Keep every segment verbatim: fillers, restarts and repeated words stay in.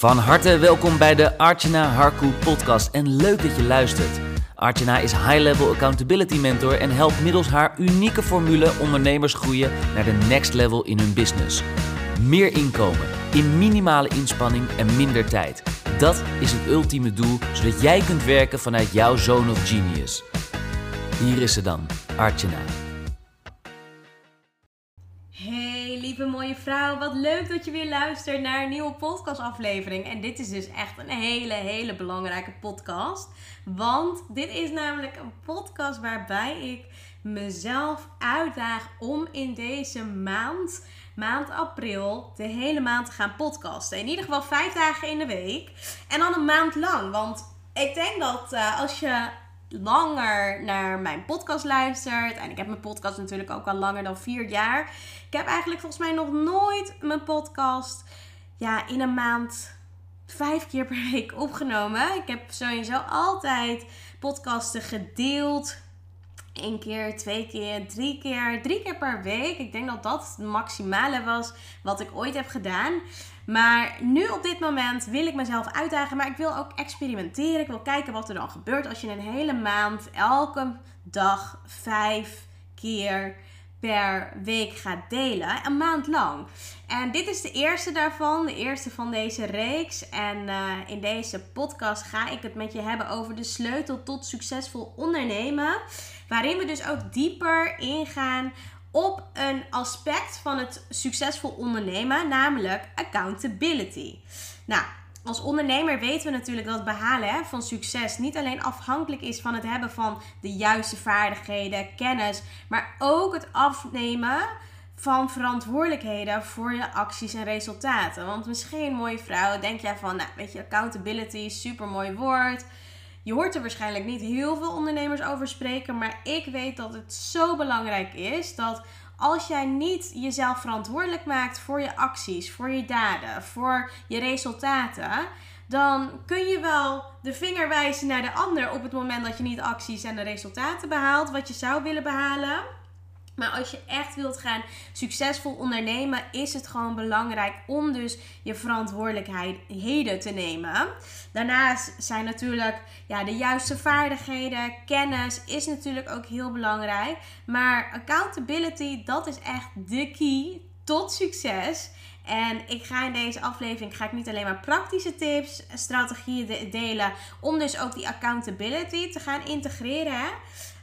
Van harte welkom bij de Archana Harku podcast en leuk dat je luistert. Archana is high-level accountability mentor en helpt middels haar unieke formule ondernemers groeien naar de next level in hun business. Meer inkomen, in minimale inspanning en minder tijd. Dat is het ultieme doel, zodat jij kunt werken vanuit jouw zone of genius. Hier is ze dan, Archana. Hey lieve mooie vrouw, wat leuk dat je weer luistert naar een nieuwe podcastaflevering. En dit is dus echt een hele, hele belangrijke podcast. Want dit is namelijk een podcast waarbij ik mezelf uitdaag om in deze maand, maand april, de hele maand te gaan podcasten. In ieder geval vijf dagen in de week. En dan een maand lang. Want ik denk dat uh, als je langer naar mijn podcast luistert. En ik heb mijn podcast natuurlijk ook al langer dan vier jaar. Ik heb eigenlijk volgens mij nog nooit mijn podcast ja, in een maand vijf keer per week opgenomen. Ik heb sowieso altijd podcasten gedeeld. Eén keer, twee keer, drie keer, drie keer per week. Ik denk dat dat het maximale was wat ik ooit heb gedaan. Maar nu op dit moment wil ik mezelf uitdagen. Maar ik wil ook experimenteren. Ik wil kijken wat er dan gebeurt als je een hele maand, elke dag, vijf keer per week gaat delen. Een maand lang. En dit is de eerste daarvan. De eerste van deze reeks. En uh, in deze podcast ga ik het met je hebben over de sleutel tot succesvol ondernemen. Waarin we dus ook dieper ingaan op een aspect van het succesvol ondernemen, namelijk accountability. Nou, als ondernemer weten we natuurlijk dat het behalen hè, van succes niet alleen afhankelijk is van het hebben van de juiste vaardigheden, kennis, maar ook het afnemen van verantwoordelijkheden voor je acties en resultaten. Want misschien, mooie vrouw, denk jij van, nou, weet je, accountability, super mooi woord. Je hoort er waarschijnlijk niet heel veel ondernemers over spreken, maar ik weet dat het zo belangrijk is dat als jij niet jezelf verantwoordelijk maakt voor je acties, voor je daden, voor je resultaten, dan kun je wel de vinger wijzen naar de ander op het moment dat je niet acties en de resultaten behaalt wat je zou willen behalen. Maar als je echt wilt gaan succesvol ondernemen, is het gewoon belangrijk om dus je verantwoordelijkheden te nemen. Daarnaast zijn natuurlijk ja, de juiste vaardigheden, kennis is natuurlijk ook heel belangrijk. Maar accountability, dat is echt de key tot succes. En ik ga in deze aflevering ga ik niet alleen maar praktische tips, strategieën de- delen om dus ook die accountability te gaan integreren. Hè?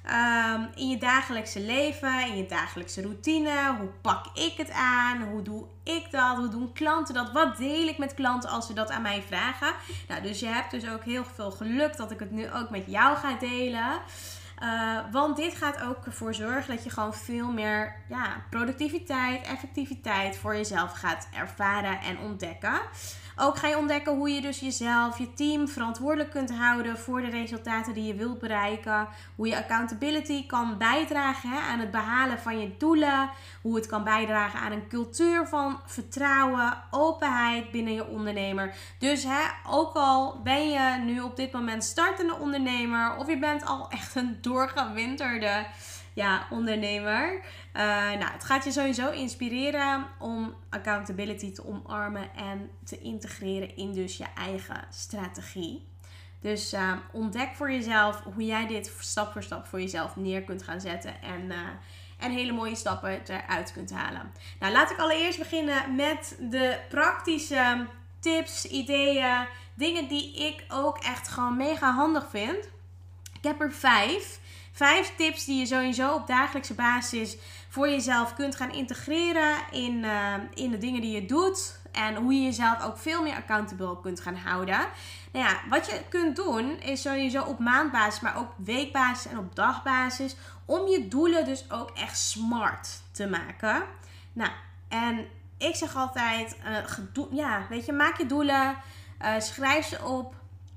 Um, in je dagelijkse leven, in je dagelijkse routine. Hoe pak ik het aan? Hoe doe ik dat? Hoe doen klanten dat? Wat deel ik met klanten als ze dat aan mij vragen? Nou, dus je hebt dus ook heel veel geluk dat ik het nu ook met jou ga delen. Uh, want dit gaat ook ervoor zorgen dat je gewoon veel meer ja, productiviteit, effectiviteit voor jezelf gaat ervaren en ontdekken. Ook ga je ontdekken hoe je dus jezelf, je team verantwoordelijk kunt houden voor de resultaten die je wilt bereiken. Hoe je accountability kan bijdragen hè, aan het behalen van je doelen. Hoe het kan bijdragen aan een cultuur van vertrouwen, openheid binnen je ondernemer. Dus hè, ook al ben je nu op dit moment startende ondernemer of je bent al echt een doorgewinterde ja, ondernemer. Uh, nou, het gaat je sowieso inspireren om accountability te omarmen en te integreren in dus je eigen strategie. Dus uh, ontdek voor jezelf hoe jij dit stap voor stap voor jezelf neer kunt gaan zetten en, uh, en hele mooie stappen eruit kunt halen. Nou, laat ik allereerst beginnen met de praktische tips, ideeën, dingen die ik ook echt gewoon mega handig vind. Ik heb er vijf. Vijf tips die je sowieso op dagelijkse basis voor jezelf kunt gaan integreren in, uh, in de dingen die je doet. En hoe je jezelf ook veel meer accountable kunt gaan houden. Nou ja, wat je kunt doen is sowieso op maandbasis, maar ook weekbasis en op dagbasis. Om je doelen dus ook echt smart te maken. Nou, en ik zeg altijd, uh, gedo- ja, weet je, maak je doelen, uh, schrijf ze op.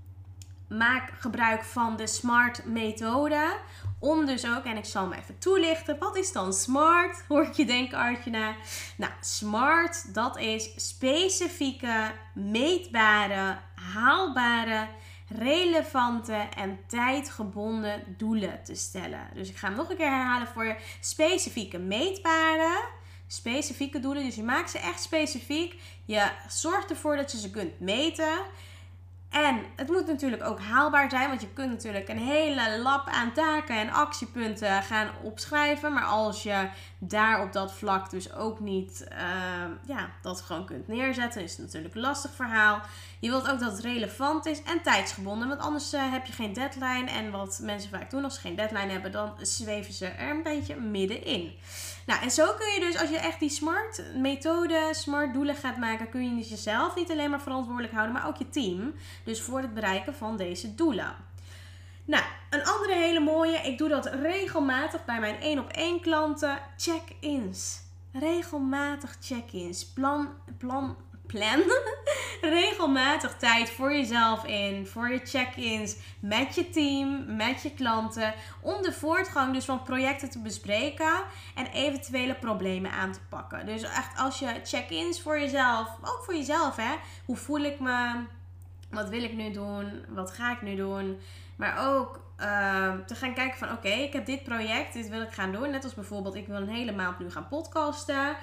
Maak gebruik van de SMART methode. Om dus ook, en ik zal hem even toelichten. Wat is dan SMART? Hoor ik je denken, Archana. Nou, SMART, dat is specifieke, meetbare, haalbare, relevante en tijdgebonden doelen te stellen. Dus ik ga hem nog een keer herhalen voor je. Specifieke, meetbare, specifieke doelen. Dus je maakt ze echt specifiek. Je zorgt ervoor dat je ze kunt meten. En het moet natuurlijk ook haalbaar zijn, want je kunt natuurlijk een hele lap aan taken en actiepunten gaan opschrijven. Maar als je daar op dat vlak dus ook niet uh, ja, dat gewoon kunt neerzetten, is het natuurlijk een lastig verhaal. Je wilt ook dat het relevant is en tijdsgebonden, want anders uh, heb je geen deadline. En wat mensen vaak doen als ze geen deadline hebben, dan zweven ze er een beetje middenin. Nou, en zo kun je dus, als je echt die smart methode, smart doelen gaat maken, kun je dus jezelf niet alleen maar verantwoordelijk houden, maar ook je team. Dus voor het bereiken van deze doelen. Nou, een andere hele mooie, ik doe dat regelmatig bij mijn één op één klanten, check-ins. Regelmatig check-ins. Plan, plan, plan. Regelmatig tijd voor jezelf in, voor je check-ins, met je team, met je klanten, om de voortgang dus van projecten te bespreken en eventuele problemen aan te pakken. Dus echt als je check-ins voor jezelf, ook voor jezelf hè, hoe voel ik me, wat wil ik nu doen, wat ga ik nu doen, maar ook Uh, te gaan kijken van oké, okay, ik heb dit project, dit wil ik gaan doen. Net als bijvoorbeeld, ik wil een hele maand nu gaan podcasten.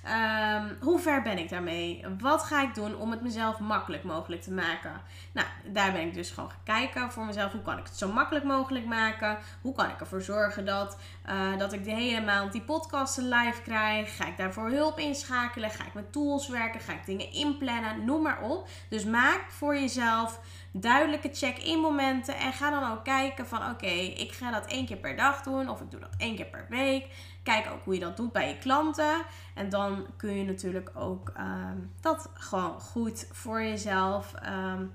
Um, hoe ver ben ik daarmee? Wat ga ik doen om het mezelf makkelijk mogelijk te maken? Nou, daar ben ik dus gewoon gaan kijken voor mezelf. Hoe kan ik het zo makkelijk mogelijk maken? Hoe kan ik ervoor zorgen dat, uh, dat ik de hele maand die podcasten live krijg? Ga ik daarvoor hulp inschakelen? Ga ik met tools werken? Ga ik dingen inplannen? Noem maar op. Dus maak voor jezelf duidelijke check-in momenten en ga dan ook kijken van oké, okay, ik ga dat één keer per dag doen of ik doe dat één keer per week. Kijk ook hoe je dat doet bij je klanten en dan kun je natuurlijk ook um, dat gewoon goed voor jezelf, um,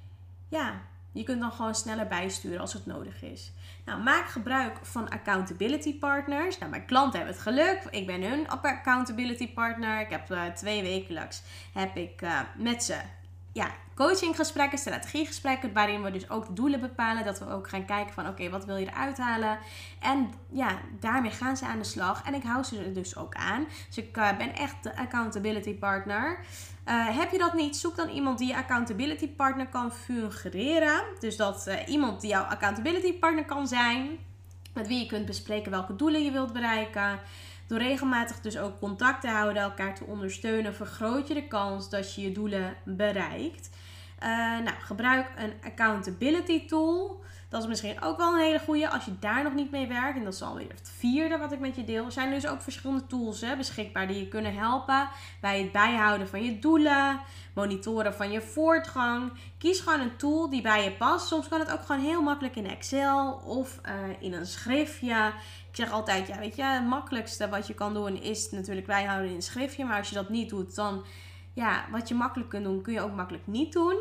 ja, je kunt dan gewoon sneller bijsturen als het nodig is. Nou, maak gebruik van accountability partners. Nou, mijn klanten hebben het geluk. Ik ben hun accountability partner. Ik heb uh, twee wekelijks heb ik uh, met ze ja, coachinggesprekken, strategiegesprekken, waarin we dus ook de doelen bepalen. Dat we ook gaan kijken van oké, okay, wat wil je eruit halen? En ja, daarmee gaan ze aan de slag. En ik hou ze er dus ook aan. Dus ik uh, ben echt de accountability partner. Uh, heb je dat niet, zoek dan iemand die je accountability partner kan fungeren. Dus dat uh, iemand die jouw accountability partner kan zijn. Met wie je kunt bespreken welke doelen je wilt bereiken. Door regelmatig dus ook contact te houden, elkaar te ondersteunen, vergroot je de kans dat je je doelen bereikt. Uh, nou, gebruik een accountability tool. Dat is misschien ook wel een hele goeie als je daar nog niet mee werkt. En dat is alweer het vierde wat ik met je deel. Er zijn dus ook verschillende tools hè, beschikbaar die je kunnen helpen bij het bijhouden van je doelen, monitoren van je voortgang. Kies gewoon een tool die bij je past. Soms kan het ook gewoon heel makkelijk in Excel of uh, in een schriftje. Ik zeg altijd, ja, weet je, het makkelijkste wat je kan doen is natuurlijk bijhouden in een schriftje. Maar als je dat niet doet, dan, ja, wat je makkelijk kunt doen, kun je ook makkelijk niet doen.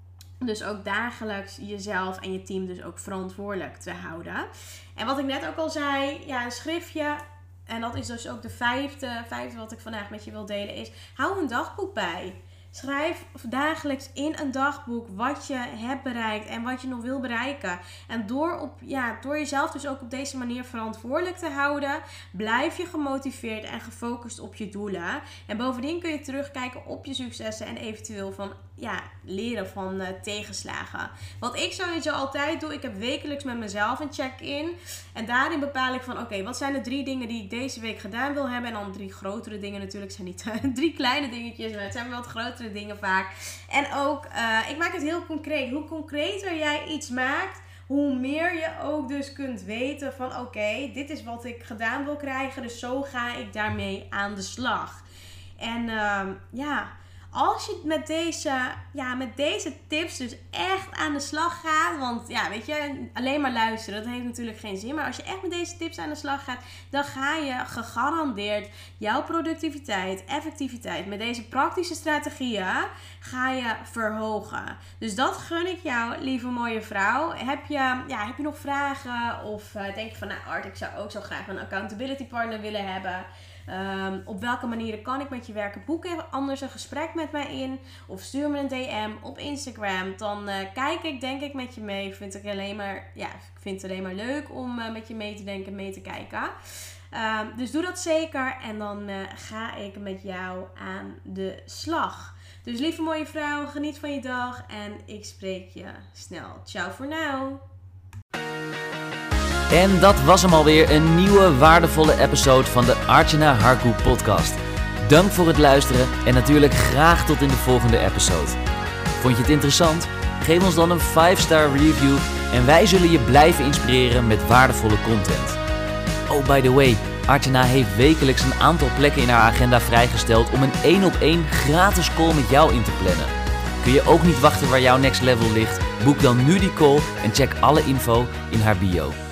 Dus ook dagelijks jezelf en je team dus ook verantwoordelijk te houden. En wat ik net ook al zei, ja, een schriftje. En dat is dus ook de vijfde, vijfde wat ik vandaag met je wil delen is, hou een dagboek bij. Schrijf dagelijks in een dagboek wat je hebt bereikt en wat je nog wil bereiken. En door, op, ja, door jezelf dus ook op deze manier verantwoordelijk te houden, blijf je gemotiveerd en gefocust op je doelen. En bovendien kun je terugkijken op je successen en eventueel van ja, leren van uh, tegenslagen. Wat ik sowieso altijd doe, ik heb wekelijks met mezelf een check-in. En daarin bepaal ik van oké, okay, wat zijn de drie dingen die ik deze week gedaan wil hebben. En dan drie grotere dingen natuurlijk, zijn niet drie kleine dingetjes, maar het zijn wel wat grotere dingen vaak. En ook, uh, ik maak het heel concreet. Hoe concreter jij iets maakt, hoe meer je ook dus kunt weten van oké, okay, dit is wat ik gedaan wil krijgen. Dus zo ga ik daarmee aan de slag. En uh, ja, als je met deze, ja, met deze tips dus echt aan de slag gaat. Want ja, weet je, alleen maar luisteren, dat heeft natuurlijk geen zin. Maar als je echt met deze tips aan de slag gaat, dan ga je gegarandeerd jouw productiviteit, effectiviteit met deze praktische strategieën ga je verhogen. Dus dat gun ik jou, lieve mooie vrouw. Heb je, ja, heb je nog vragen? Of uh, denk je van, nou Art, ik zou ook zo graag een accountability partner willen hebben. Um, op welke manieren kan ik met je werken? Boek even anders een gesprek met mij in. Of stuur me een D M op Instagram. Dan uh, kijk ik denk ik met je mee. Vind ik, alleen maar, ja, ik vind het alleen maar leuk om uh, met je mee te denken, mee te kijken. Um, dus doe dat zeker. En dan uh, ga ik met jou aan de slag. Dus lieve mooie vrouw, geniet van je dag. En ik spreek je snel. Ciao voor nu. En dat was hem alweer, een nieuwe waardevolle episode van de Archana Harku podcast. Bedankt voor het luisteren en natuurlijk graag tot in de volgende episode. Vond je het interessant? Geef ons dan een vijf star review en wij zullen je blijven inspireren met waardevolle content. Oh, by the way, Archana heeft wekelijks een aantal plekken in haar agenda vrijgesteld om een één op één gratis call met jou in te plannen. Kun je ook niet wachten waar jouw next level ligt? Boek dan nu die call en check alle info in haar bio.